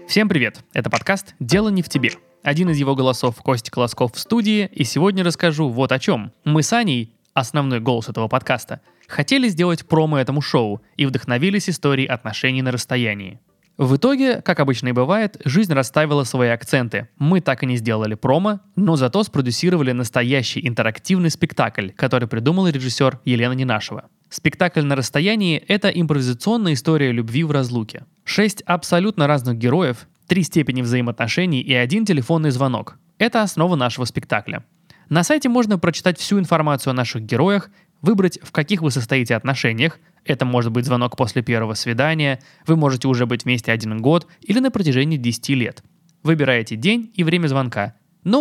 Всем привет! Это подкаст «Дело не в тебе». Один из его голосов Костя Колосков в студии, и сегодня расскажу вот о чем. Мы с Аней, основной голос этого подкаста, хотели сделать промо этому шоу и вдохновились историей отношений на расстоянии. В итоге, как обычно и бывает, жизнь расставила свои акценты. Мы так и не сделали промо, но зато спродюсировали настоящий интерактивный спектакль, который придумал режиссер Елена Ненашева. Спектакль на расстоянии – это импровизационная история любви в разлуке. 6 абсолютно разных героев, 3 степени взаимоотношений и 1 телефонный звонок. Это основа нашего спектакля. На сайте можно прочитать всю информацию о наших героях, выбрать, в каких вы состоите отношениях. Это может быть звонок после первого свидания, вы можете уже быть вместе 1 год или на протяжении 10 лет. Выбираете день и время звонка,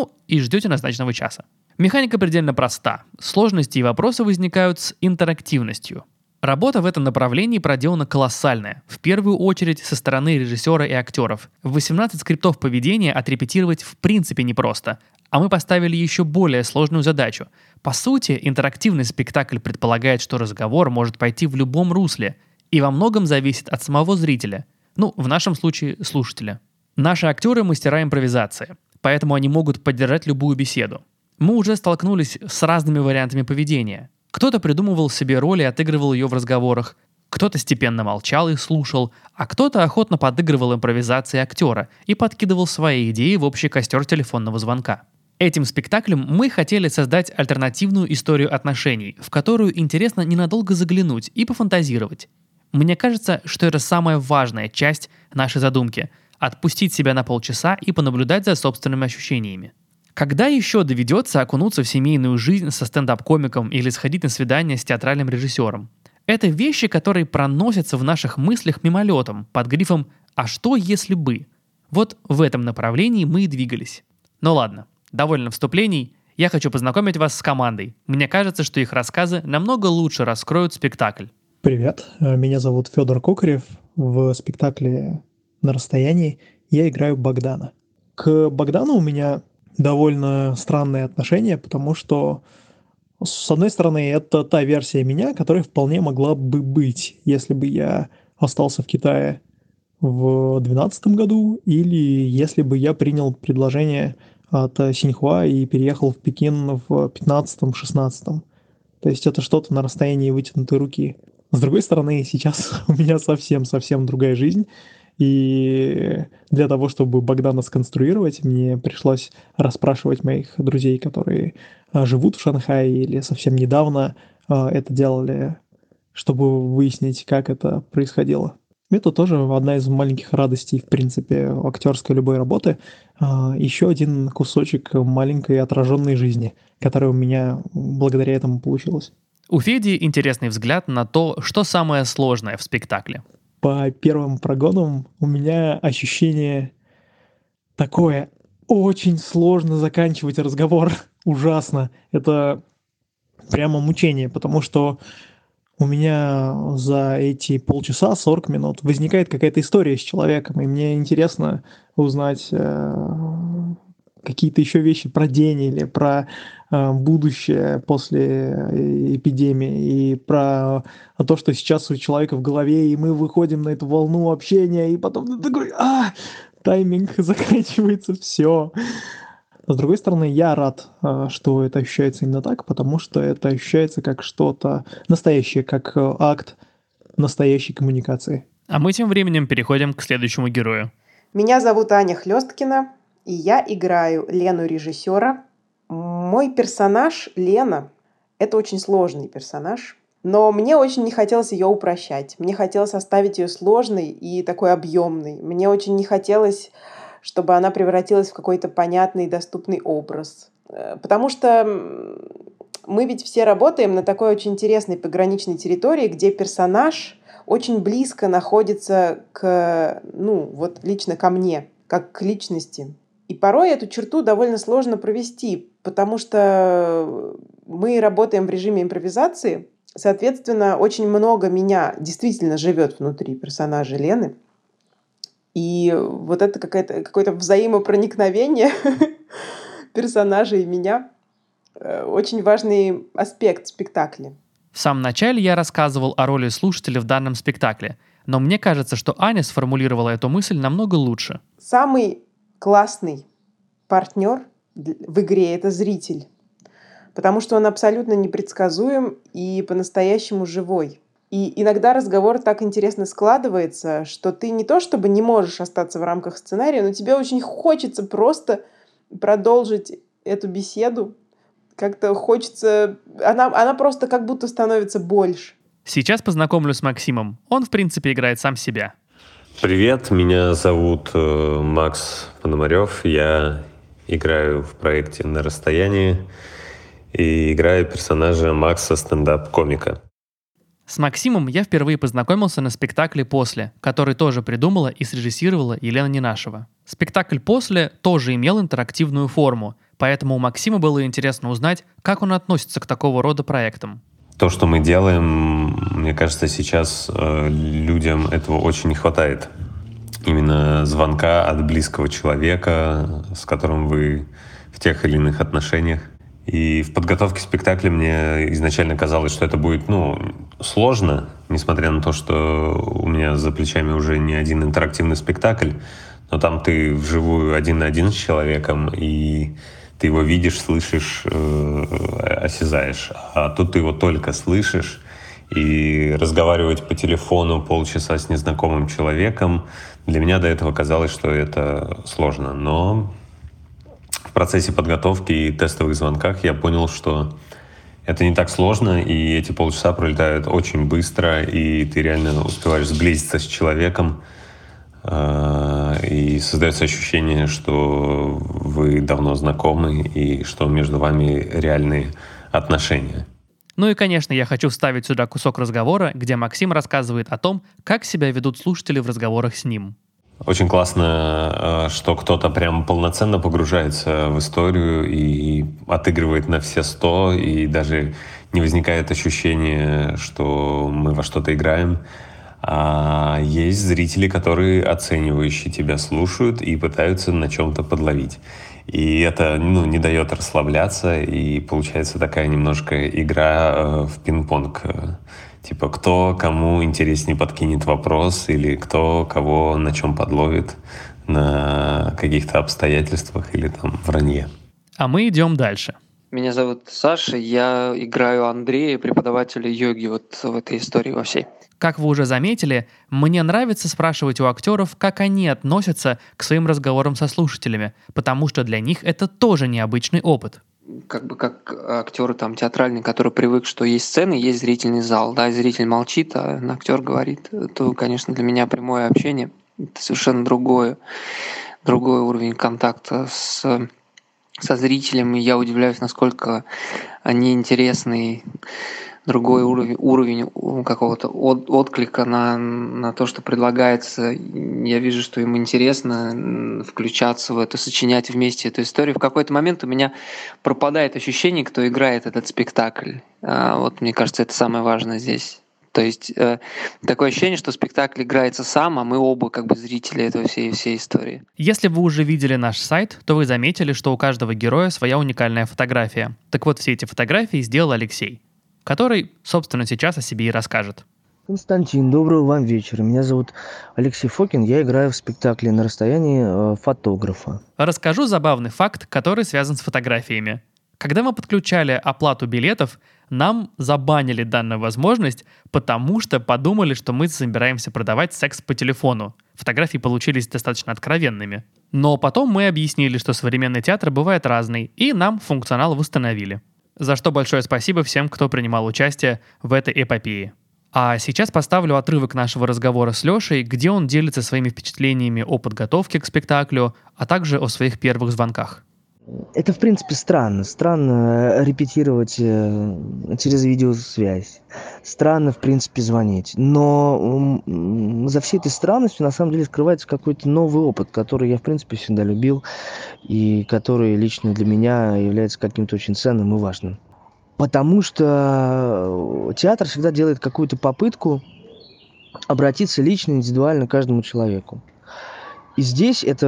и ждете назначенного часа. Механика предельно проста. Сложности и вопросы возникают с интерактивностью. Работа в этом направлении проделана колоссальная, в первую очередь со стороны режиссера и актеров. 18 скриптов поведения отрепетировать в принципе непросто, а мы поставили еще более сложную задачу. По сути, интерактивный спектакль предполагает, что разговор может пойти в любом русле и во многом зависит от самого зрителя, в нашем случае слушателя. Наши актеры – мастера импровизации, поэтому они могут поддержать любую беседу. Мы уже столкнулись с разными вариантами поведения. Кто-то придумывал себе роль и отыгрывал ее в разговорах, кто-то степенно молчал и слушал, а кто-то охотно подыгрывал импровизации актера и подкидывал свои идеи в общий костер телефонного звонка. Этим спектаклем мы хотели создать альтернативную историю отношений, в которую интересно ненадолго заглянуть и пофантазировать. Мне кажется, что это самая важная часть нашей задумки – отпустить себя на полчаса и понаблюдать за собственными ощущениями. Когда еще доведется окунуться в семейную жизнь со стендап-комиком или сходить на свидание с театральным режиссером? Это вещи, которые проносятся в наших мыслях мимолетом, под грифом «А что, если бы?». Вот в этом направлении мы и двигались. Ну ладно, довольно вступлений. Я хочу познакомить вас с командой. Мне кажется, что их рассказы намного лучше раскроют спектакль. Привет, меня зовут Федор Кокарев. В спектакле «На расстоянии» я играю Богдана. К Богдану у меня довольно странные отношения, потому что, с одной стороны, это та версия меня, которая вполне могла бы быть, если бы я остался в Китае в 2012 году, или если бы я принял предложение от Синьхуа и переехал в Пекин в 2015-2016. То есть это что-то на расстоянии вытянутой руки. С другой стороны, сейчас у меня совсем другая жизнь, и для того, чтобы Богдана сконструировать, мне пришлось расспрашивать моих друзей, которые живут в Шанхае или совсем недавно это делали, чтобы выяснить, как это происходило. Это тоже одна из маленьких радостей, в принципе, актерской любой работы. Еще один кусочек маленькой отраженной жизни, которая у меня благодаря этому получилась. У Феди интересный взгляд на то, что самое сложное в спектакле. По первым прогонам у меня ощущение такое: очень сложно заканчивать разговор, ужасно. Это прямо мучение, потому что у меня за эти полчаса, 40 минут возникает какая-то история с человеком, и мне интересно узнать какие-то еще вещи про день или про будущее после эпидемии, и про то, что сейчас у человека в голове, и мы выходим на эту волну общения, и потом ты такой: тайминг заканчивается, все. С другой стороны, я рад, что это ощущается именно так, потому что это ощущается как что-то настоящее, как акт настоящей коммуникации. А мы тем временем переходим к следующему герою. Меня зовут Аня Хлёсткина, и я играю Лену режиссера. Мой персонаж Лена – это очень сложный персонаж, но мне очень не хотелось ее упрощать. Мне хотелось оставить ее сложной и такой объемной. Мне очень не хотелось, чтобы она превратилась в какой-то понятный и доступный образ. Потому что мы ведь все работаем на такой очень интересной пограничной территории, где персонаж очень близко находится лично ко мне, как к личности. И порой эту черту довольно сложно провести, потому что мы работаем в режиме импровизации. Соответственно, очень много меня действительно живет внутри персонажа Лены. И вот это какое-то взаимопроникновение персонажа и меня очень важный аспект спектакля. В самом начале я рассказывал о роли слушателя в данном спектакле. но мне кажется, что Аня сформулировала эту мысль намного лучше. Самый классный партнер в игре — это зритель, потому что он абсолютно непредсказуем и по-настоящему живой. И иногда разговор так интересно складывается, что ты не то чтобы не можешь остаться в рамках сценария, но тебе очень хочется просто продолжить эту беседу. Как-то хочется... Она просто как будто становится больше. Сейчас познакомлю с Максимом. Он, в принципе, играет сам себя. Привет, меня зовут Макс Пономарев. Я играю в проекте «На расстоянии» и играю персонажа Макса, стендап-комика. С Максимом я впервые познакомился на спектакле «После», который тоже придумала и срежиссировала Елена Ненашева. Спектакль «После» тоже имел интерактивную форму, поэтому у Максима было интересно узнать, как он относится к такого рода проектам. То, что мы делаем, мне кажется, сейчас людям этого очень не хватает. Именно звонка от близкого человека, с которым вы в тех или иных отношениях. И в подготовке спектакля мне изначально казалось, что это будет, сложно, несмотря на то, что у меня за плечами уже не один интерактивный спектакль, но там ты вживую один на один с человеком, и ты его видишь, слышишь, осязаешь. А тут ты его только слышишь, и разговаривать по телефону полчаса с незнакомым человеком, для меня до этого казалось, что это сложно. Но в процессе подготовки и тестовых звонках я понял, что это не так сложно, и эти полчаса пролетают очень быстро, и ты реально успеваешь сблизиться с человеком, и создается ощущение, что вы давно знакомы, и что между вами реальные отношения. Ну и, конечно, я хочу вставить сюда кусок разговора, где Максим рассказывает о том, как себя ведут слушатели в разговорах с ним. Очень классно, что кто-то прям полноценно погружается в историю и отыгрывает на все 100, и даже не возникает ощущения, что мы во что-то играем. А есть зрители, которые оценивающие тебя слушают и пытаются на чем-то подловить. И это не дает расслабляться, и получается такая немножко игра в пинг-понг. Типа, кто кому интереснее подкинет вопрос, или кто кого на чем подловит, на каких-то обстоятельствах или там вранье. А мы идем дальше. Меня зовут Саша, я играю Андрея, преподавателя йоги вот в этой истории во всей. Как вы уже заметили, мне нравится спрашивать у актеров, как они относятся к своим разговорам со слушателями, потому что для них это тоже необычный опыт. Как актеры там театральные, которые привык, что есть сцены, есть зрительный зал, да, и зритель молчит, а актер говорит, то, конечно, для меня прямое общение — это совершенно другой уровень контакта со зрителем, и я удивляюсь, насколько они интересны. Другой уровень какого-то отклика на то, что предлагается. Я вижу, что им интересно включаться в это, сочинять вместе эту историю. В какой-то момент у меня пропадает ощущение, кто играет этот спектакль. Вот мне кажется, это самое важное здесь. То есть такое ощущение, что спектакль играется сам, а мы оба как бы зрители этой всей истории. Если вы уже видели наш сайт, то вы заметили, что у каждого героя своя уникальная фотография. Так вот, все эти фотографии сделал Алексей, который, собственно, сейчас о себе и расскажет. Константин, доброго вам вечера. Меня зовут Алексей Фокин, я играю в спектакле «На расстоянии» фотографа. Расскажу забавный факт, который связан с фотографиями. Когда мы подключали оплату билетов, нам забанили данную возможность, потому что подумали, что мы собираемся продавать секс по телефону. Фотографии получились достаточно откровенными. Но потом мы объяснили, что современный театр бывает разный, и нам функционал восстановили. За что большое спасибо всем, кто принимал участие в этой эпопее. А сейчас поставлю отрывок нашего разговора с Лешей, где он делится своими впечатлениями о подготовке к спектаклю, а также о своих первых звонках. Это, в принципе, странно. Странно репетировать через видеосвязь. Странно, в принципе, звонить. Но за всей этой странностью, на самом деле, скрывается какой-то новый опыт, который я, в принципе, всегда любил, и который лично для меня является каким-то очень ценным и важным. Потому что театр всегда делает какую-то попытку обратиться лично, индивидуально к каждому человеку. И здесь это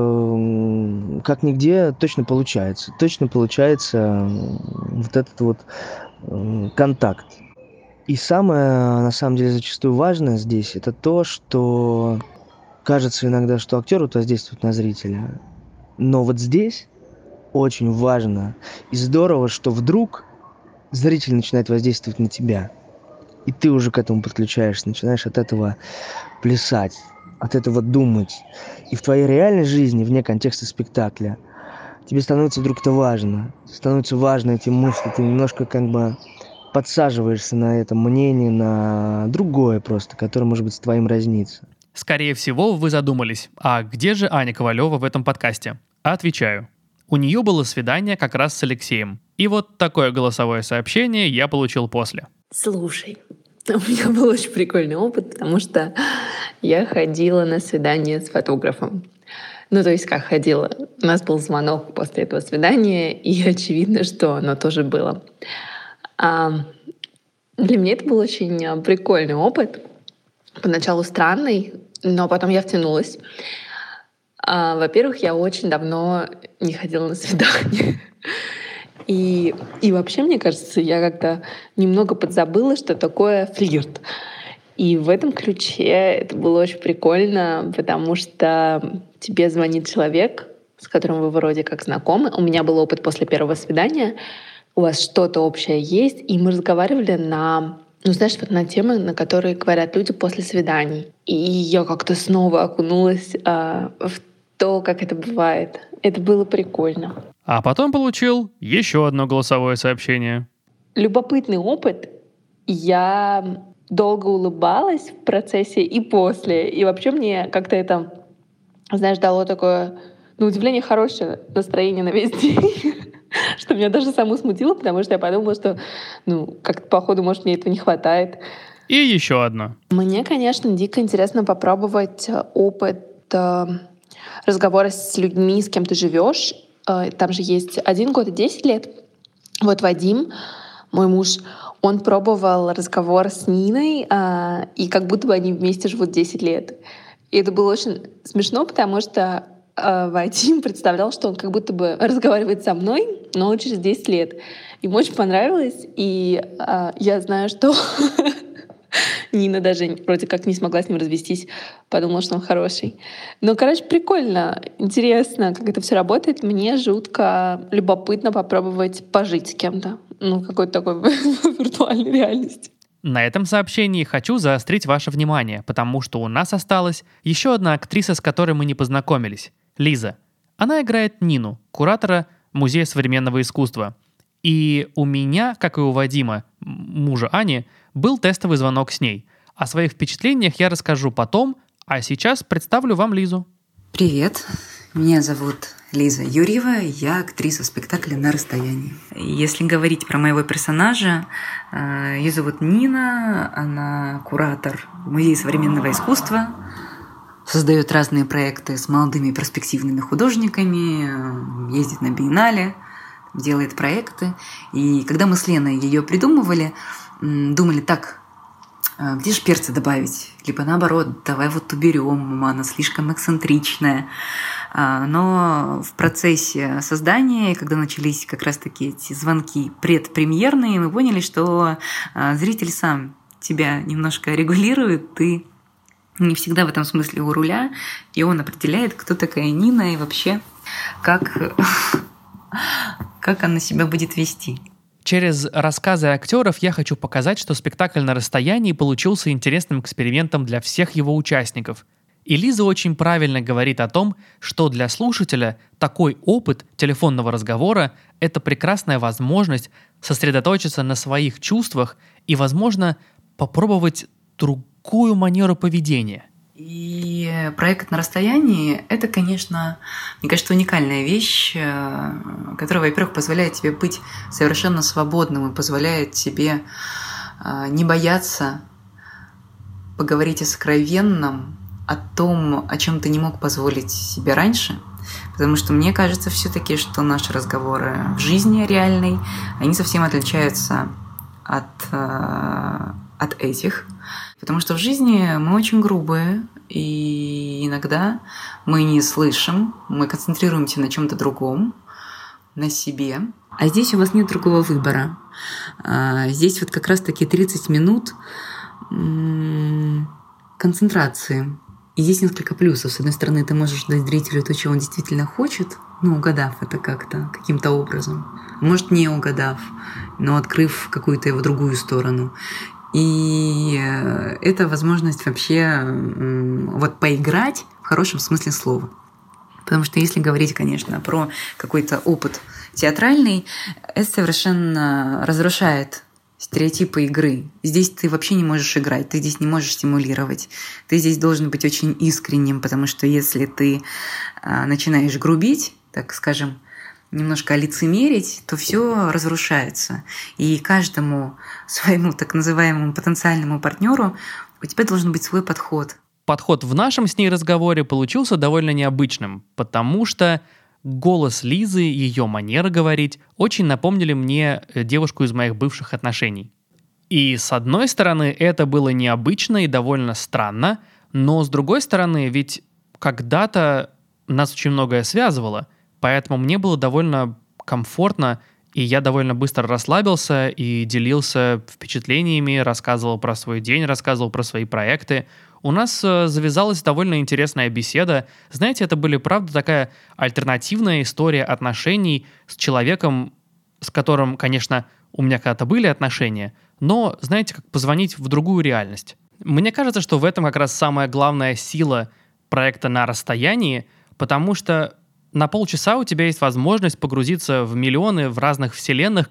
как нигде точно получается. Точно получается вот этот вот контакт. И самое, на самом деле, зачастую важное здесь, это то, что кажется иногда, что актер вот воздействует на зрителя. Но вот здесь очень важно и здорово, что вдруг зритель начинает воздействовать на тебя. И ты уже к этому подключаешься, начинаешь от этого плясать, от этого думать. И в твоей реальной жизни, вне контекста спектакля, тебе становится вдруг это важно. Становятся важны эти мысли, ты немножко как бы подсаживаешься на это мнение, на другое просто, которое, может быть, с твоим разнится. Скорее всего, вы задумались, а где же Аня Ковалева в этом подкасте? Отвечаю. У нее было свидание как раз с Алексеем. И вот такое голосовое сообщение я получил после. Слушай, у меня был очень прикольный опыт, потому что я ходила на свидание с фотографом. Ну, то есть как ходила? У нас был звонок после этого свидания, и очевидно, что оно тоже было. Для меня это был очень прикольный опыт. Поначалу странный, но потом я втянулась. Во-первых, я очень давно не ходила на свидание. И вообще, мне кажется, я как-то немного подзабыла, что такое флирт. И в этом ключе это было очень прикольно, потому что тебе звонит человек, с которым вы вроде как знакомы. У меня был опыт после первого свидания. У вас что-то общее есть, и мы разговаривали на темы, на которые говорят люди после свиданий. И я как-то снова окунулась в то, как это бывает. Это было прикольно. А потом получил еще одно голосовое сообщение. Любопытный опыт. Я долго улыбалась в процессе и после. И вообще мне как-то это, знаешь, дало такое, на удивление, хорошее настроение на весь день. Что меня даже саму смутило, потому что я подумала, что, как-то, походу, может, мне этого не хватает. И еще одно. Мне, конечно, дико интересно попробовать опыт разговора с людьми, с кем ты живешь. Там же есть 1 год и 10 лет. Вот Вадим, мой муж, он пробовал разговор с Ниной, и как будто бы они вместе живут 10 лет. И это было очень смешно, потому что Вадим представлял, что он как будто бы разговаривает со мной, но через 10 лет. Ему очень понравилось, и я знаю, что Нина даже вроде как не смогла с ним развестись, подумала, что он хороший. Но, прикольно, интересно, как это все работает. Мне жутко любопытно попробовать пожить с кем-то. Какой-то такой виртуальной реальности. На этом сообщении хочу заострить ваше внимание, потому что у нас осталась еще одна актриса, с которой мы не познакомились. Лиза. Она играет Нину, куратора Музея современного искусства. И у меня, как и у Вадима, мужа Ани, был тестовый звонок с ней. О своих впечатлениях я расскажу потом, а сейчас представлю вам Лизу. Привет, меня зовут Лиза Юрьева, я актриса спектакля «На расстоянии». Если говорить про моего персонажа, ее зовут Нина, она куратор Музея современного искусства, создает разные проекты с молодыми перспективными художниками, ездит на биеннале, делает проекты. И когда мы с Леной ее придумывали, думали так, где же перца добавить? Либо наоборот, давай вот уберем, она слишком эксцентричная. Но в процессе создания, когда начались как раз-таки эти звонки предпремьерные, мы поняли, что зритель сам тебя немножко регулирует, ты не всегда в этом смысле у руля, и он определяет, кто такая Нина и вообще как она себя будет вести. Через рассказы актеров я хочу показать, что спектакль «На расстоянии» получился интересным экспериментом для всех его участников. И Лиза очень правильно говорит о том, что для слушателя такой опыт телефонного разговора – это прекрасная возможность сосредоточиться на своих чувствах и, возможно, попробовать другую манеру поведения. И проект «На расстоянии» — это, конечно, мне кажется, уникальная вещь, которая, во-первых, позволяет тебе быть совершенно свободным и позволяет тебе не бояться поговорить о сокровенном, о том, о чем ты не мог позволить себе раньше. Потому что мне кажется все-таки, что наши разговоры в жизни реальной, они совсем отличаются от этих. Потому что в жизни мы очень грубые, и иногда мы не слышим, мы концентрируемся на чем-то другом, на себе. А здесь у вас нет другого выбора. Здесь вот как раз-таки 30 минут концентрации. И здесь несколько плюсов. С одной стороны, ты можешь дать зрителю то, чего он действительно хочет, угадав это как-то, каким-то образом. Может, не угадав, но открыв какую-то его другую сторону. И это возможность вообще вот поиграть в хорошем смысле слова. Потому что если говорить, конечно, про какой-то опыт театральный, это совершенно разрушает стереотипы игры. Здесь ты вообще не можешь играть, ты здесь не можешь симулировать. Ты здесь должен быть очень искренним, потому что если ты начинаешь грубить, так скажем, немножко лицемерить, то все разрушается. И каждому своему так называемому потенциальному партнеру у тебя должен быть свой подход. Подход в нашем с ней разговоре получился довольно необычным, потому что голос Лизы, ее манера говорить очень напомнили мне девушку из моих бывших отношений. И с одной стороны, это было необычно и довольно странно, но с другой стороны, ведь когда-то нас очень многое связывало, поэтому мне было довольно комфортно, и я довольно быстро расслабился и делился впечатлениями, рассказывал про свой день, рассказывал про свои проекты. У нас завязалась довольно интересная беседа. Знаете, это были, правда, такая альтернативная история отношений с человеком, с которым, конечно, у меня когда-то были отношения, но, знаете, как позвонить в другую реальность. Мне кажется, что в этом как раз самая главная сила проекта «На расстоянии», потому что на полчаса у тебя есть возможность погрузиться в миллионы в разных вселенных,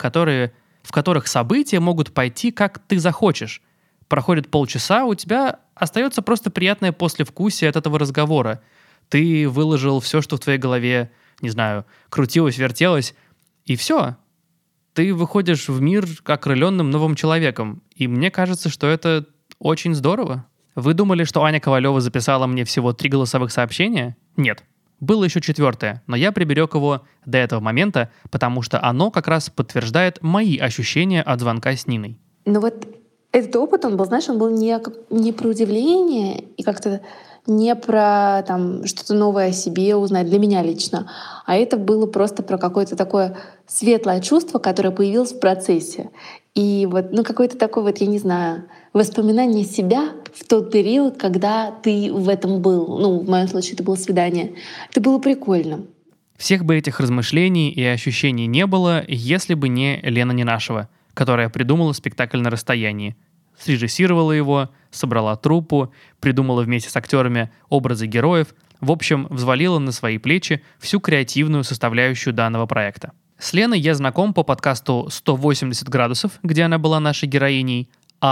в которых события могут пойти, как ты захочешь. Проходит полчаса, у тебя остается просто приятное послевкусие от этого разговора. Ты выложил все, что в твоей голове, не знаю, крутилось, вертелось, и все. Ты выходишь в мир окрыленным новым человеком. И мне кажется, что это очень здорово. Вы думали, что Аня Ковалева записала мне всего 3 голосовых сообщения? Нет. Было еще 4, но я приберег его до этого момента, потому что оно как раз подтверждает мои ощущения от звонка с Ниной. Ну вот этот опыт, он был, знаешь, он был не про удивление и как-то не про там, что-то новое о себе узнать для меня лично, а это было просто про какое-то такое светлое чувство, которое появилось в процессе. И вот, какое-то такое вот, я не знаю, воспоминание себя в тот период, когда ты в этом был. В моем случае это было свидание. Это было прикольно. Всех бы этих размышлений и ощущений не было, если бы не Лена Ненашева, которая придумала спектакль «На расстоянии». Срежиссировала его, собрала труппу, придумала вместе с актерами образы героев, в общем, взвалила на свои плечи всю креативную составляющую данного проекта. С Леной я знаком по подкасту «180 градусов», где она была нашей героиней,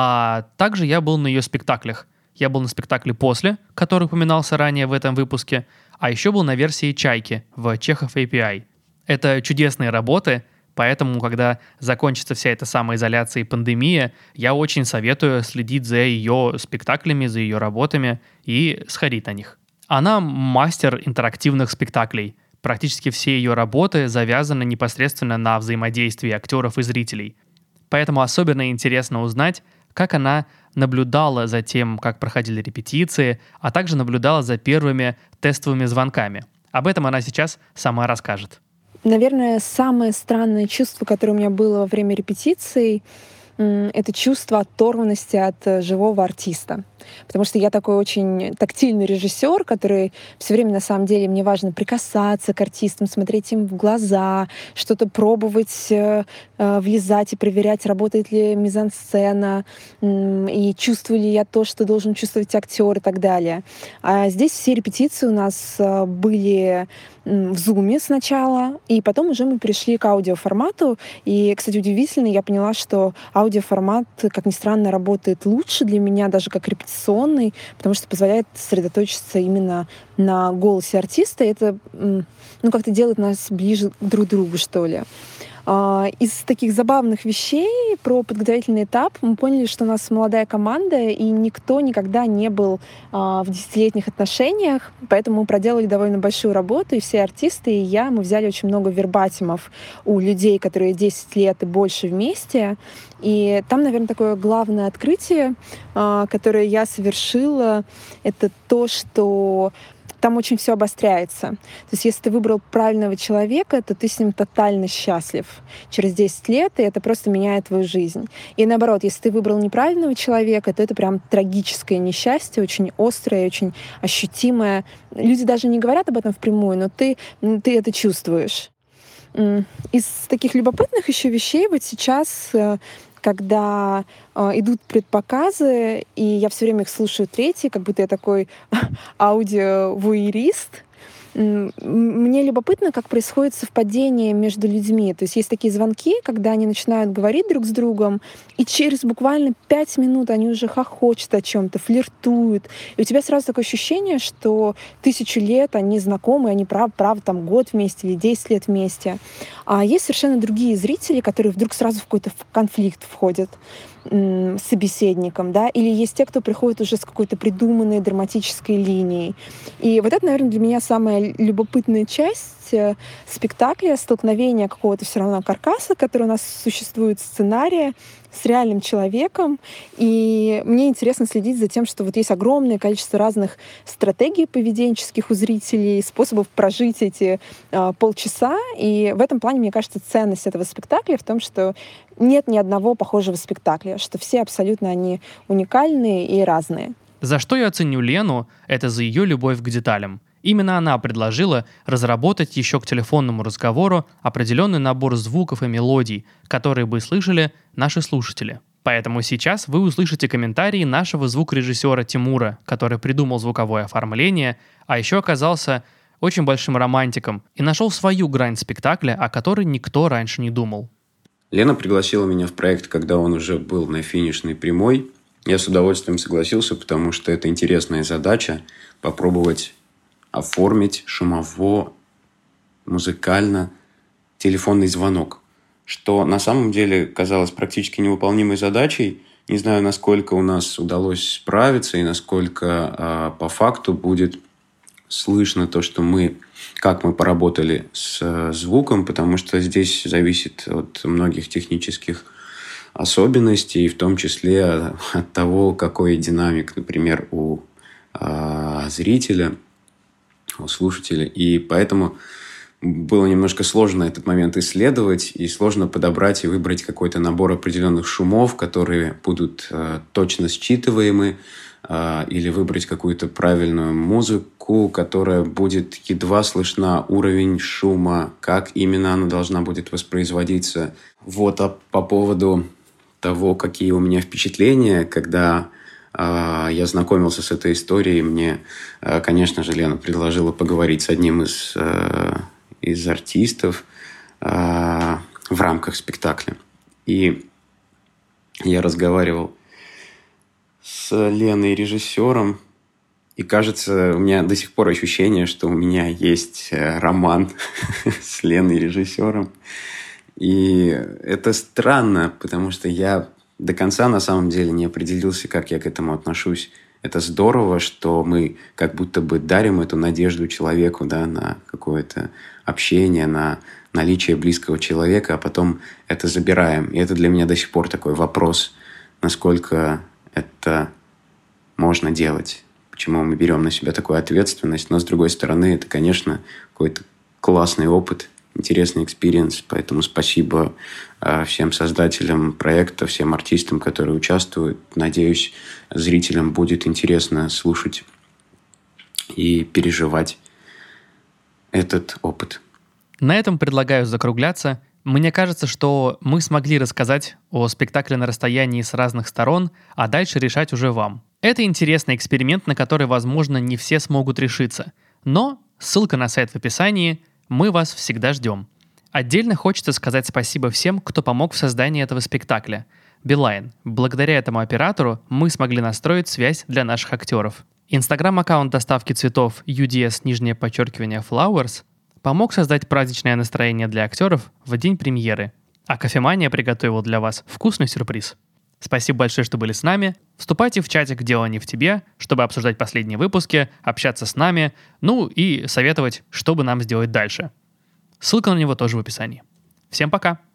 а также я был на ее спектаклях. Я был на спектакле «После», который упоминался ранее в этом выпуске, а еще был на версии «Чайки» в Чехов API. Это чудесные работы, поэтому, когда закончится вся эта самоизоляция и пандемия, я очень советую следить за ее спектаклями, за ее работами и сходить на них. Она мастер интерактивных спектаклей. Практически все ее работы завязаны непосредственно на взаимодействии актеров и зрителей. Поэтому особенно интересно узнать, как она наблюдала за тем, как проходили репетиции, а также наблюдала за первыми тестовыми звонками. Об этом она сейчас сама расскажет. Наверное, самое странное чувство, которое у меня было во время репетиций, это чувство оторванности от живого артиста. Потому что я такой очень тактильный режиссер, который все время, на самом деле, мне важно прикасаться к артистам, смотреть им в глаза, что-то пробовать, влезать и проверять, работает ли мизансцена, и чувствую ли я то, что должен чувствовать актер и так далее. А здесь все репетиции у нас были в Zoom сначала, и потом уже мы перешли к аудиоформату. И, кстати, удивительно, я поняла, что аудиоформат, как ни странно, работает лучше для меня, даже как репетиционный, потому что позволяет сосредоточиться именно на голосе артиста. И это как-то делает нас ближе друг к другу, что ли. Из таких забавных вещей про подготовительный этап мы поняли, что у нас молодая команда, и никто никогда не был в 10-летних отношениях, поэтому мы проделали довольно большую работу, и все артисты, и я, мы взяли очень много вербатимов у людей, которые 10 лет и больше вместе, и там, наверное, такое главное открытие, которое я совершила, это то, что там очень все обостряется. То есть если ты выбрал правильного человека, то ты с ним тотально счастлив через 10 лет, и это просто меняет твою жизнь. И наоборот, если ты выбрал неправильного человека, то это прям трагическое несчастье, очень острое, очень ощутимое. Люди даже не говорят об этом впрямую, но ты это чувствуешь. Из таких любопытных еще вещей вот сейчас, когда идут предпоказы, и я все время их слушаю третий, как будто я такой аудиовуэрист, мне любопытно, как происходит совпадение между людьми. То есть есть такие звонки, когда они начинают говорить друг с другом, и через буквально 5 минут они уже хохочут о чем-то, флиртуют. И у тебя сразу такое ощущение, что 1000 лет они знакомы, они правда там год вместе или 10 лет вместе. А есть совершенно другие зрители, которые вдруг сразу в какой-то конфликт входят с собеседником, да, или есть те, кто приходит уже с какой-то придуманной драматической линией. И вот это, наверное, для меня самая любопытная часть спектакля, столкновение какого-то все равно каркаса, который у нас существует, сценария, с реальным человеком. И мне интересно следить за тем, что вот есть огромное количество разных стратегий поведенческих у зрителей, способов прожить эти полчаса. И в этом плане, мне кажется, ценность этого спектакля в том, что нет ни одного похожего спектакля, что все абсолютно они уникальные и разные. За что я ценю Лену, это за ее любовь к деталям. Именно она предложила разработать еще к телефонному разговору определенный набор звуков и мелодий, которые бы слышали наши слушатели. Поэтому сейчас вы услышите комментарии нашего звукорежиссера Тимура, который придумал звуковое оформление, а еще оказался очень большим романтиком и нашел свою грань спектакля, о которой никто раньше не думал. Лена пригласила меня в проект, когда он уже был на финишной прямой. Я с удовольствием согласился, потому что это интересная задача – попробовать оформить шумово, музыкально телефонный звонок, что на самом деле казалось практически невыполнимой задачей. Не знаю, насколько у нас удалось справиться и насколько по факту будет слышно то, что как мы поработали с звуком, потому что здесь зависит от многих технических особенностей, в том числе от того, какой динамик, например, у зрителя, у слушателя. И поэтому было немножко сложно этот момент исследовать, и сложно подобрать и выбрать какой-то набор определенных шумов, которые будут точно считываемы, или выбрать какую-то правильную музыку, которая будет едва слышна, уровень шума, как именно она должна будет воспроизводиться. Вот, а по поводу того, какие у меня впечатления, когда я знакомился с этой историей, мне, конечно же, Лена предложила поговорить с одним из артистов в рамках спектакля. И я разговаривал с Леной, режиссером, и, кажется, у меня до сих пор ощущение, что у меня есть роман с Леной, режиссером. И это странно, потому что я до конца на самом деле не определился, как я к этому отношусь. Это здорово, что мы как будто бы дарим эту надежду человеку, да, на какое-то общение, на наличие близкого человека, а потом это забираем. И это для меня до сих пор такой вопрос, насколько это можно делать, почему мы берем на себя такую ответственность. Но, с другой стороны, это, конечно, какой-то классный опыт, интересный экспириенс. Поэтому спасибо всем создателям проекта, всем артистам, которые участвуют. Надеюсь, зрителям будет интересно слушать и переживать этот опыт. На этом предлагаю закругляться. Мне кажется, что мы смогли рассказать о спектакле на расстоянии с разных сторон, а дальше решать уже вам. Это интересный эксперимент, на который, возможно, не все смогут решиться. Но ссылка на сайт в описании, мы вас всегда ждем. Отдельно хочется сказать спасибо всем, кто помог в создании этого спектакля. Билайн. Благодаря этому оператору мы смогли настроить связь для наших актеров. Инстаграм-аккаунт доставки цветов UDS_flowers помог создать праздничное настроение для актеров в день премьеры. А Кофемания приготовил для вас вкусный сюрприз. Спасибо большое, что были с нами. Вступайте в чатик «Дело не в тебе», чтобы обсуждать последние выпуски, общаться с нами, ну и советовать, что бы нам сделать дальше. Ссылка на него тоже в описании. Всем пока!